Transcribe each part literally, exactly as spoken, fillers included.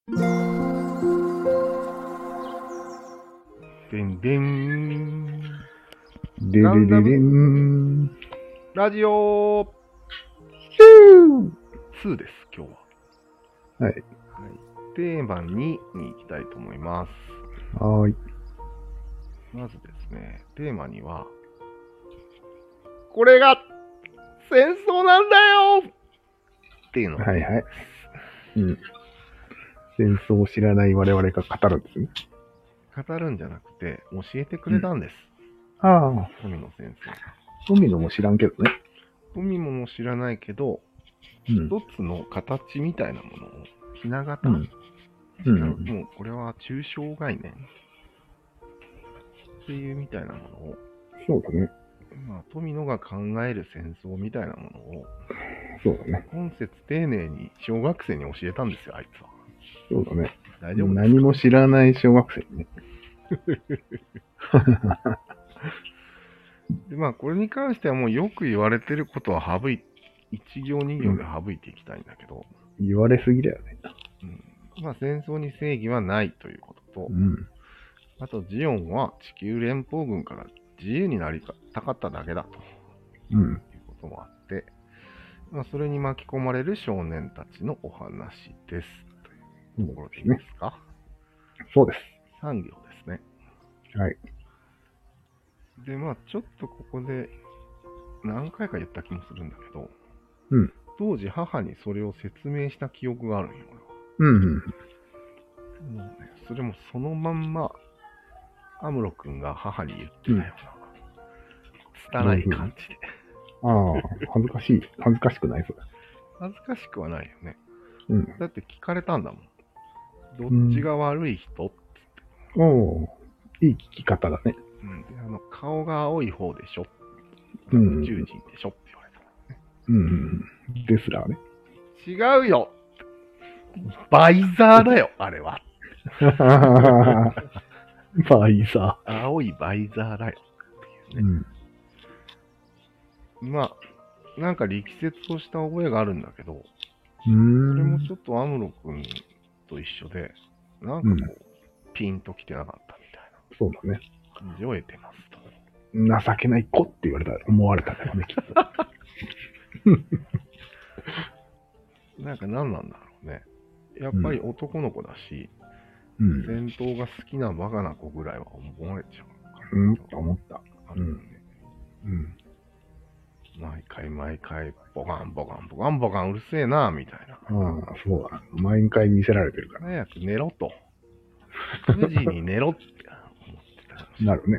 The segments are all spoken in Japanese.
でんでん。 ででででん。 ラジオシュにです、今日ーはい。 は。はい。テーマにに行きたいと思います。 はーい。 まずですね、テーマには、これが戦争なんだよっていうのを、 はいはい。うん。戦争を知らない我々が語るんですね。 語るんじゃなくて、教えてくれたんです。 うん、ああ。 富野先生が。 富野も知らんけどね。 富野も知らないけど、 うん。 一つの形みたいなものを、ひな形、 うんうんうんもうこれは抽象概念っていうみたいなものを、 そうだね。 まあ、富野が考える戦争みたいなものを、 そうだね。 今節丁寧に小学生に教えたんですよ、あいつは。 そうだね。 大丈夫ですか？ 何も知らない小学生にね。 で、まあ、これに関してはもうよく言われてることは省い、一行二行で省いていきたいんだけど、 言われすぎだよね。 うん、まあ、戦争に正義はないということと、 うん。 あと、ジオンは地球連邦軍から自由になりたかっただけだとうん。 いうこともあって、まあ、それに巻き込まれる少年たちのお話です。というところでいいですか？ そうです。 さん行ですね。 はい。 で、まあ、ちょっとここで何回か言った気もするんだけど、 うん。 当時母にそれを説明した記憶があるんよ、 うんうん。 俺は。もうね、それもそのまんま、アムロ君が母に言ってたような、拙い感じで。 ああ、恥ずかしい。恥ずかしくないそれ。 恥ずかしくはないよね。 うん。 だって聞かれたんだもん。どっちが悪い人、 おお、いい聞き方だね。 うん、であの顔が青い方でしょ、 うん、 宇宙人でしょって言われたもんね。 うん。ですらね。 違うよ、バイザーだよ、あれは。 バイザー。青いバイザーだよっていうね。うん、まあ、なんか力説をした覚えがあるんだけど、 うーん、 それもちょっとアムロ君と一緒で、なんかこう、うん、ピンときてなかったみたいな。 そうだね。 感じを得てますと。 情けない子って言われたら思われたんだよね、きっと。 なんか何なんだろうね。やっぱり男の子だし、うん、戦闘が好きなバカな子ぐらいは思われちゃう。 うん、と思った。 あるよね。うん。うん毎回毎回、ボカンボカンボカンボカンうるせえな、みたいな。 ああ、そうだ。毎回見せられてるから。 早く寝ろと。くじに寝ろって思ってた。 なるね。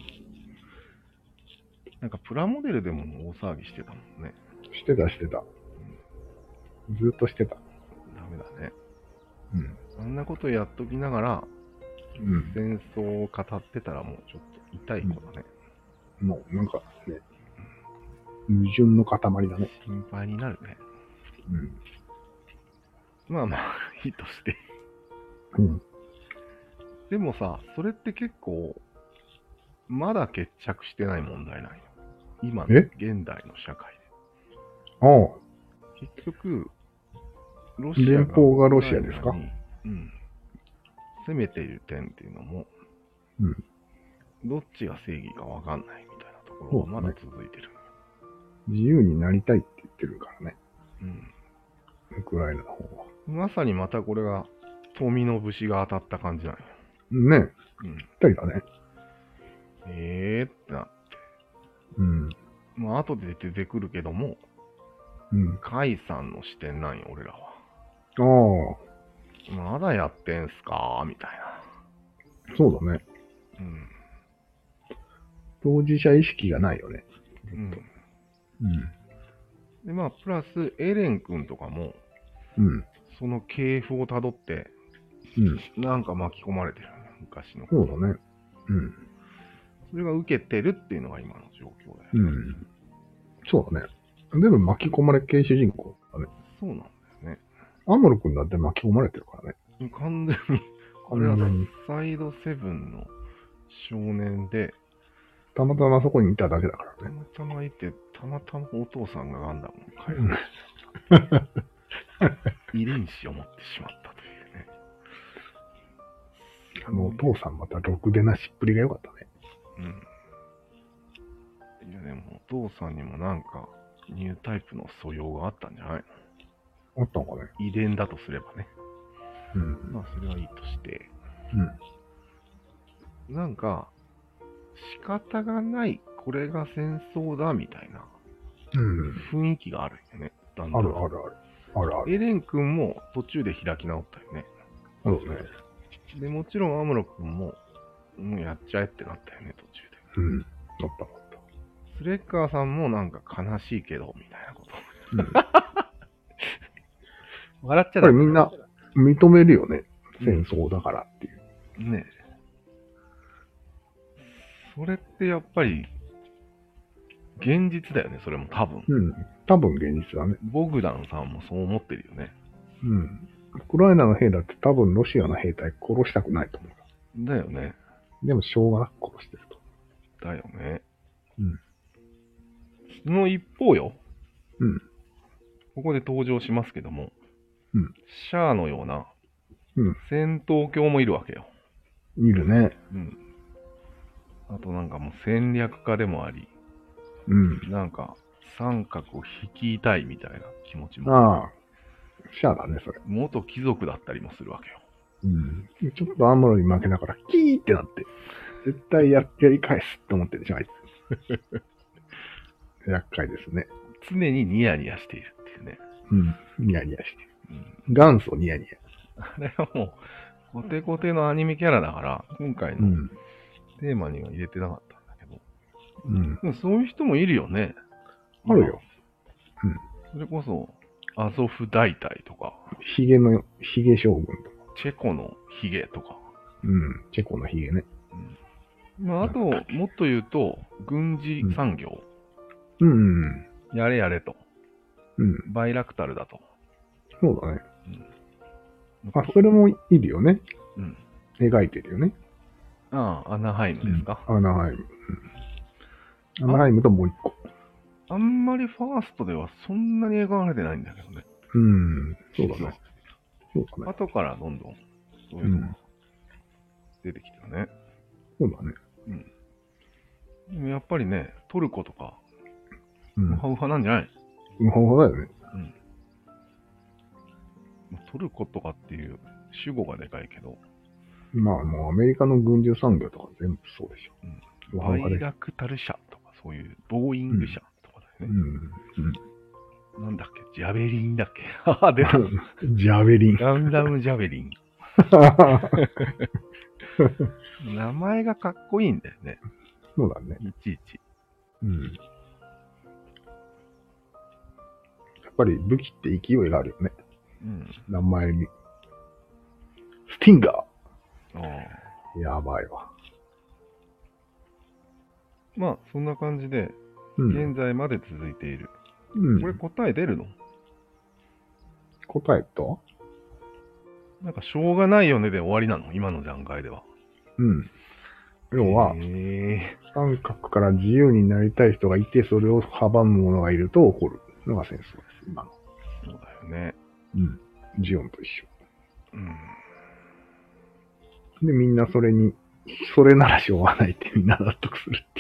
なんかプラモデルでも大騒ぎしてたもんね。 してたしてた。うん、ずっとしてた。 ダメだね。 うん。 あんなことやっときながら、うん、戦争を語ってたらもうちょっと痛い子だね。 うん、もうなんかね。矛盾の塊だね。 心配になるね。 うん。 まあまあ、いいとして。 うん。でもさ、それって結構、まだ決着してない問題なんよ。今の現代の社会で。 ああ。 結局、ロシアが連邦がロシアですか？ うん。攻めている点っていうのも、 うん。 どっちが正義かわかんないみたいなところがまだ続いてる。 自由になりたいって言ってるからね。 うん。 ウクライナの方は。 まさにまたこれが、富の節が当たった感じなんよ。 ねえ。 うん。 ぴったりだね。 えーってなって。 うん。 まあ、後で出てくるけども、 うん。 カイさんの視点なんよ、俺らは。 ああ。まだやってんすかみたいな。そうだね。うん。当事者意識がないよね。 うん。 うん。 で、まあ、プラス、エレン君とかも、 うん。 その系譜をたどって、うん。なんか巻き込まれてるね、昔の。 そうだね。うん。 それが受けてるっていうのが今の状況だよね。 うん。そうだね。全部巻き込まれ系主人公だね。 そうなんだよね。 アムロ君だって巻き込まれてるからね。 完全に、これはサイドセブンの少年で、 たまたまそこにいただけだからね。たまたまいて、たまたまお父さんがガンダムを開発した。遺伝子を持ってしまったというね。 あのお父さんまたろくでなしっぷりが良かったね。 うん。いやでもお父さんにもなんかニュータイプの素養があったんじゃないの？あったのかね。 遺伝だとすればね。 うん。 まあそれはいいとして。 うん。 なんか仕方がない、これが戦争だみたいな雰囲気があるよね。 だんだんあるあるある。あるある。 エレン君も途中で開き直ったよね。 そうね。 で、もちろんアムロ君も、もうやっちゃえってなったよね、途中で。うん。なったなった。 スレッカーさんもなんか悲しいけど、みたいなこと。うん、笑っちゃだめ。やっぱりみんな認めるよね。戦争だからっていう。 うん、ねえ。それってやっぱり、現実だよね、それも多分。 うん。多分現実だね。 ボグダンさんもそう思ってるよね。 うん。ウクライナの兵だって多分ロシアの兵隊殺したくないと思う。 だよね。 でもしょうがなく殺してると。 だよね。 うん。 その一方よ。 うん。 ここで登場しますけども。 うん。 シャアのような、 うん。 戦闘狂もいるわけよ。 いるね。 うん。あとなんかもう戦略家でもあり。 うん。 なんか、三角を率いたいみたいな気持ちも。 ああ。シャアだね、それ。 元貴族だったりもするわけよ。 うん。ちょっとアムロに負けながら、キーってなって、絶対ややり返すって思ってるじゃん、あいつ。厄介ですね。 常にニヤニヤしているっていうね。 うん。ニヤニヤしてる。うん、元祖ニヤニヤ。 あれはもう、コテコテのアニメキャラだから、今回のテーマには入れてなかったんだけど。うん。でもそういう人もいるよね。 あるよ。 うん。それこそ、アゾフ大隊とか。 ヒゲの、ヒゲ将軍とか。 チェコのヒゲとか。 うん。チェコのヒゲね。 うん。まあ、あと、もっと言うと、軍事産業。 うん。うん、 やれやれと。 うん。 バイラクタルだと。 そうだね。うん、あ、それもいるよね。 うん。 描いてるよね。 ああ、アナハイムですか。 うん、アナハイム。うん、アナハイムともう一個。 あんまりファーストではそんなに描かれてないんだけどね。 うん、そうだね。そうだね。 後からどんどん、そういうのが出てきてるね。 そうだね。 うん。でもやっぱりね、トルコとか、 うん、 ウハウハなんじゃない？ ウハウハだよね。 うん。トルコとかっていう主語がでかいけど。 まあもうアメリカの軍需産業とか全部そうでしょ。 うん。バイラクタル社とかそういうボーイング社とかだよね。うん。うん、なんだっけ、ジャベリンだっけ。ああ、出た。 ジャベリン。 ガンダムジャベリン。名前がかっこいいんだよね。 そうだね。 いちいち。 うん。やっぱり武器って勢いがあるよね。うん。名前に。スティンガー。ああ。やばいわ。 まあ、そんな感じで、うん、現在まで続いている。うん。これ答え出るの？ 答えと？ なんか、しょうがないよねで終わりなの？今の段階では。 うん。要は、三角から自由になりたい人がいて、それを阻む者がいると起こるのが戦争です、今の。 そうだよね。 うん。ジオンと一緒。うん。で、みんなそれに、それならしょうがないってみんな納得するっていう。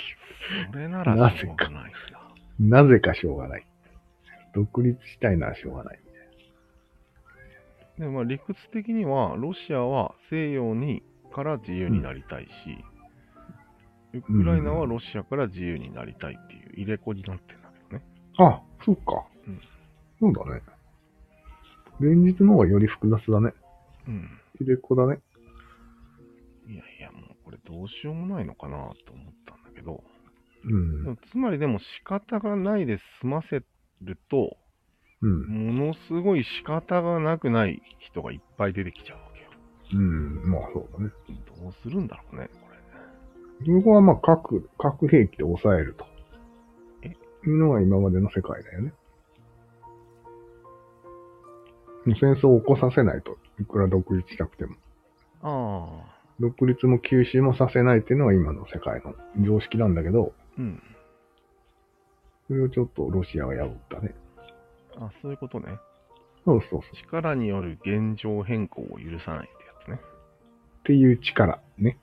それならしょうがないんだ。なぜかしょうがない。独立したいならしょうがないみたいな。でもまあ理屈的には、ロシアは西洋にから自由になりたいし、うん、ウクライナはロシアから自由になりたいっていう入れ子になってるんだけどね。 あ、そうか。うん、そうだね。現実の方がより複雑だね。うん。入れ子だね。 いやいや、もうこれどうしようもないのかなと思ったんだけど。 うん。 でもつまりでも仕方がないで済ませると、うん、ものすごい仕方がなくない人がいっぱい出てきちゃうわけよ。 うん、まあそうだね。 どうするんだろうね、これ。そこはまあ核、核兵器で抑えると。えいうのが今までの世界だよね。戦争を起こさせないと。いくら独立したくても。ああ。独立も吸収もさせないっていうのが今の世界の常識なんだけど。うん。それをちょっとロシアが破ったね。 あ、そういうことね。 そうそうそう。 力による現状変更を許さないってやつね。 っっていう力ね。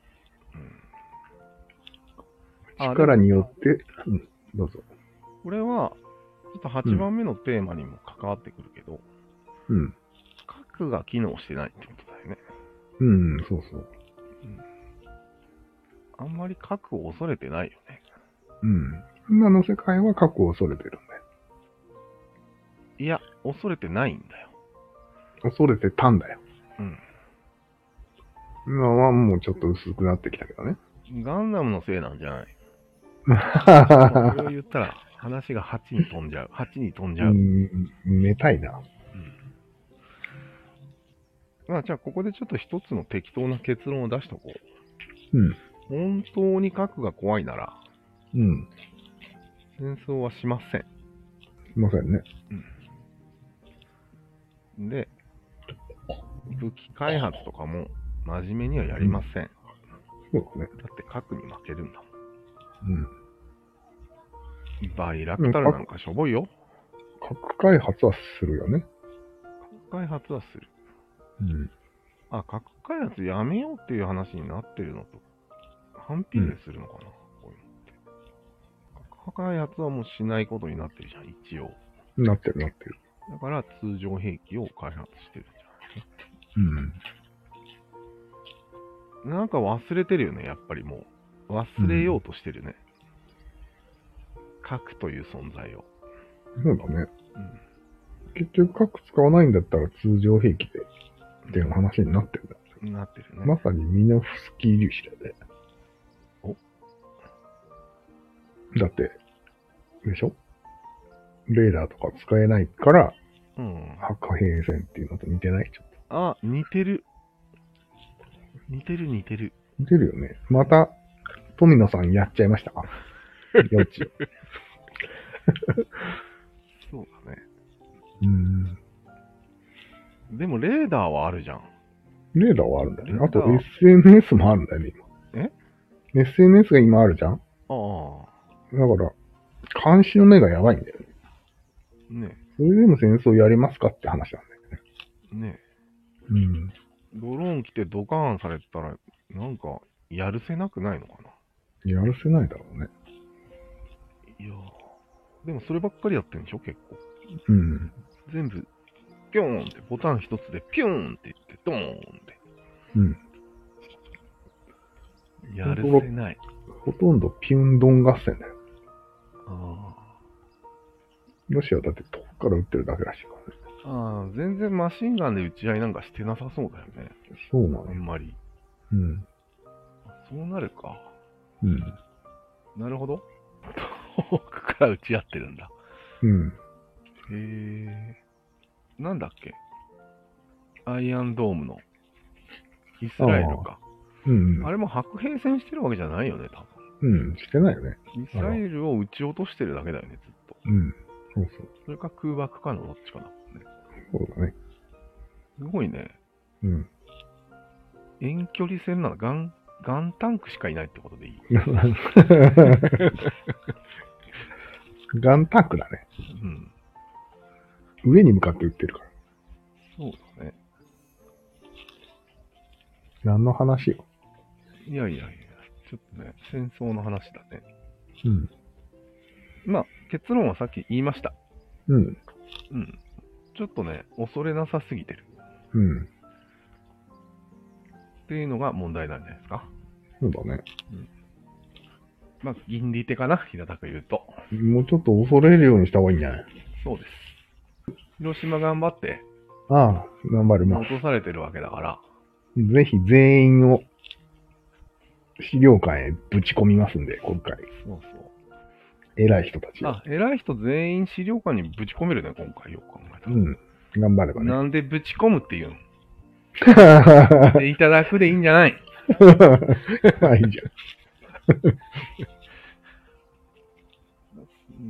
うん、 力によって、うん、どうぞ。 これは、ちょっとはちばんめのテーマにも関わってくるけど、 うん。 核が機能してないってことだよね。 うん、そうそう。 うん、あんまり核を恐れてないよね。 うん。今の世界は核を恐れてるんだよ。 いや、恐れてないんだよ。 恐れてたんだよ。 うん。 今はもうちょっと薄くなってきたけどね。 ガンダムのせいなんじゃない。これを言ったら話がはちに飛んじゃう。はちに飛んじゃう。うん、 めたいな。 うん。まあ、じゃあここでちょっと一つの適当な結論を出しとこう。うん。本当に核が怖いなら、うん。戦争はしません。しませんね。 うん。で、武器開発とかも真面目にはやりません。 うん、そうですね。 だって核に負けるんだもん。 うん。 バイラクタルなんかしょぼいよ。 核開発はするよね。 核開発はする。 うん。 あ、核開発やめようっていう話になってるのと反比例するのかな、うん、こういうのって。核開発はもうしないことになってるじゃん、一応。 なってるなってる。 だから通常兵器を開発してるんじゃないですか。うん。なんか忘れてるよね、やっぱりもう。忘れようとしてるね。うん、核という存在を。 そうだね。うん、結局核使わないんだったら通常兵器でっていう話になってるんだ、 うん、なってるね。 まさにミノフスキー粒子だよね。おだって、でしょレーダーとか使えないから、うん、核兵戦っていうのと似てないちょっと。 あ、似てる。似てる似てる。 似てるよね。また、富野さんやっちゃいましたかよち。 そうだね。 うん。 でもレーダーはあるじゃん。 レーダーはあるんだよね。あと エスエヌエス もあるんだよね、今。え ?エスエヌエス が今あるじゃん。ああ。だから、監視の目がやばいんだよね。ねそれでも戦争やりますかって話なんだよね。ねえ。うん。 ドローン来てドカーンされたら、なんか、やるせなくないのかな。 やるせないだろうね。 いやー、でもそればっかりやってるんでしょ、結構。 うん。 全部、ピョーンって、ボタン一つでピューンって言って、ドーンって。うん。やるせない。 ほとんどピュンドン合戦だよ。ああ。ロシアはだって遠くから撃ってるだけらしいからね。 ああ、全然マシンガンで撃ち合いなんかしてなさそうだよね。 そうなの、 あんまり。 うん。 そうなるか。 うん。 なるほど。遠くから撃ち合ってるんだ。うん。へえ。なんだっけ。アイアンドームのイスラエルか。あ,、うんうん、あれも核兵戦してるわけじゃないよね、多分。うん、してないよね。 ミサイルを撃ち落としてるだけだよね、ずっと。 うん。そうそう。 それか空爆かのどっちかだもんね。 そうだね。 すごいね。うん。遠距離戦なのガン、ガンタンクしかいないってことでいいガンタンクだね。うん。上に向かって撃ってるから。 そうだね。 何の話よ。 いやいやいや、ちょっとね、戦争の話だね。うん。まあ、結論はさっき言いました。うん。うん。ちょっとね、恐れなさすぎてる。うん。っていうのが問題なんじゃないですか。 そうだね。うん。 まあ、銀利手かな、平たく言うと。 もうちょっと恐れるようにした方がいいんじゃない？ そうです。広島頑張って。 ああ、頑張ります。 落とされてるわけだから。 ぜひ全員を資料館へぶち込みますんで、今回。そうそう。偉い人たち。 あ、偉い人全員資料館にぶち込めるね、今回よく考えたら。 うん。頑張ればね。 なんでぶち込むっていうのでいただくでいいんじゃないまあいいじゃん。 うん、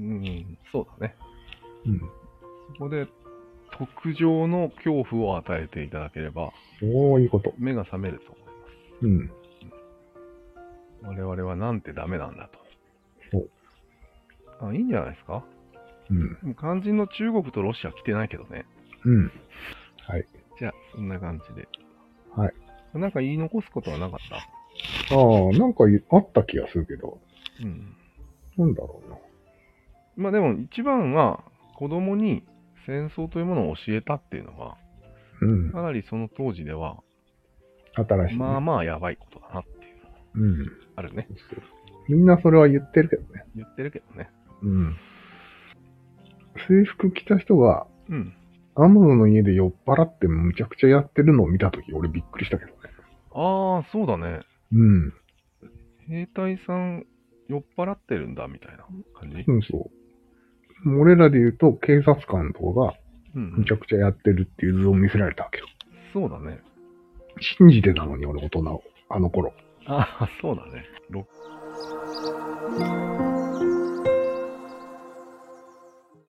そうだね。うん。そこで、特上の恐怖を与えていただければ、 そういうこと。 目が覚めると思います。うん。我々はなんてダメなんだと。そう。あ、いいんじゃないですか。うん。肝心の中国とロシア来てないけどね。 うん。はい。 じゃあ、そんな感じで。 はい。 なんか言い残すことはなかった？ ああ、なんかあった気がするけど。 うん。 なんだろうな。 まあでも一番は子供に戦争というものを教えたっていうのが、 うん。 かなりその当時では、 新しい、ね。 まあまあやばいことだなっていうのがあるね。 うん。みんなそれは言ってるけどね。 言ってるけどね。 うん。制服着た人が、 うん。 アムロの家で酔っ払ってむちゃくちゃやってるのを見たとき、俺びっくりしたけどね。 ああ、そうだね。 うん。 兵隊さん酔っ払ってるんだみたいな感じ？ うん、そう。俺らで言うと、警察官とかが、むちゃくちゃやってるっていう図を見せられたわけよ。 そうだね。 信じてたのに、俺大人を。あの頃。 ああ、そうだね。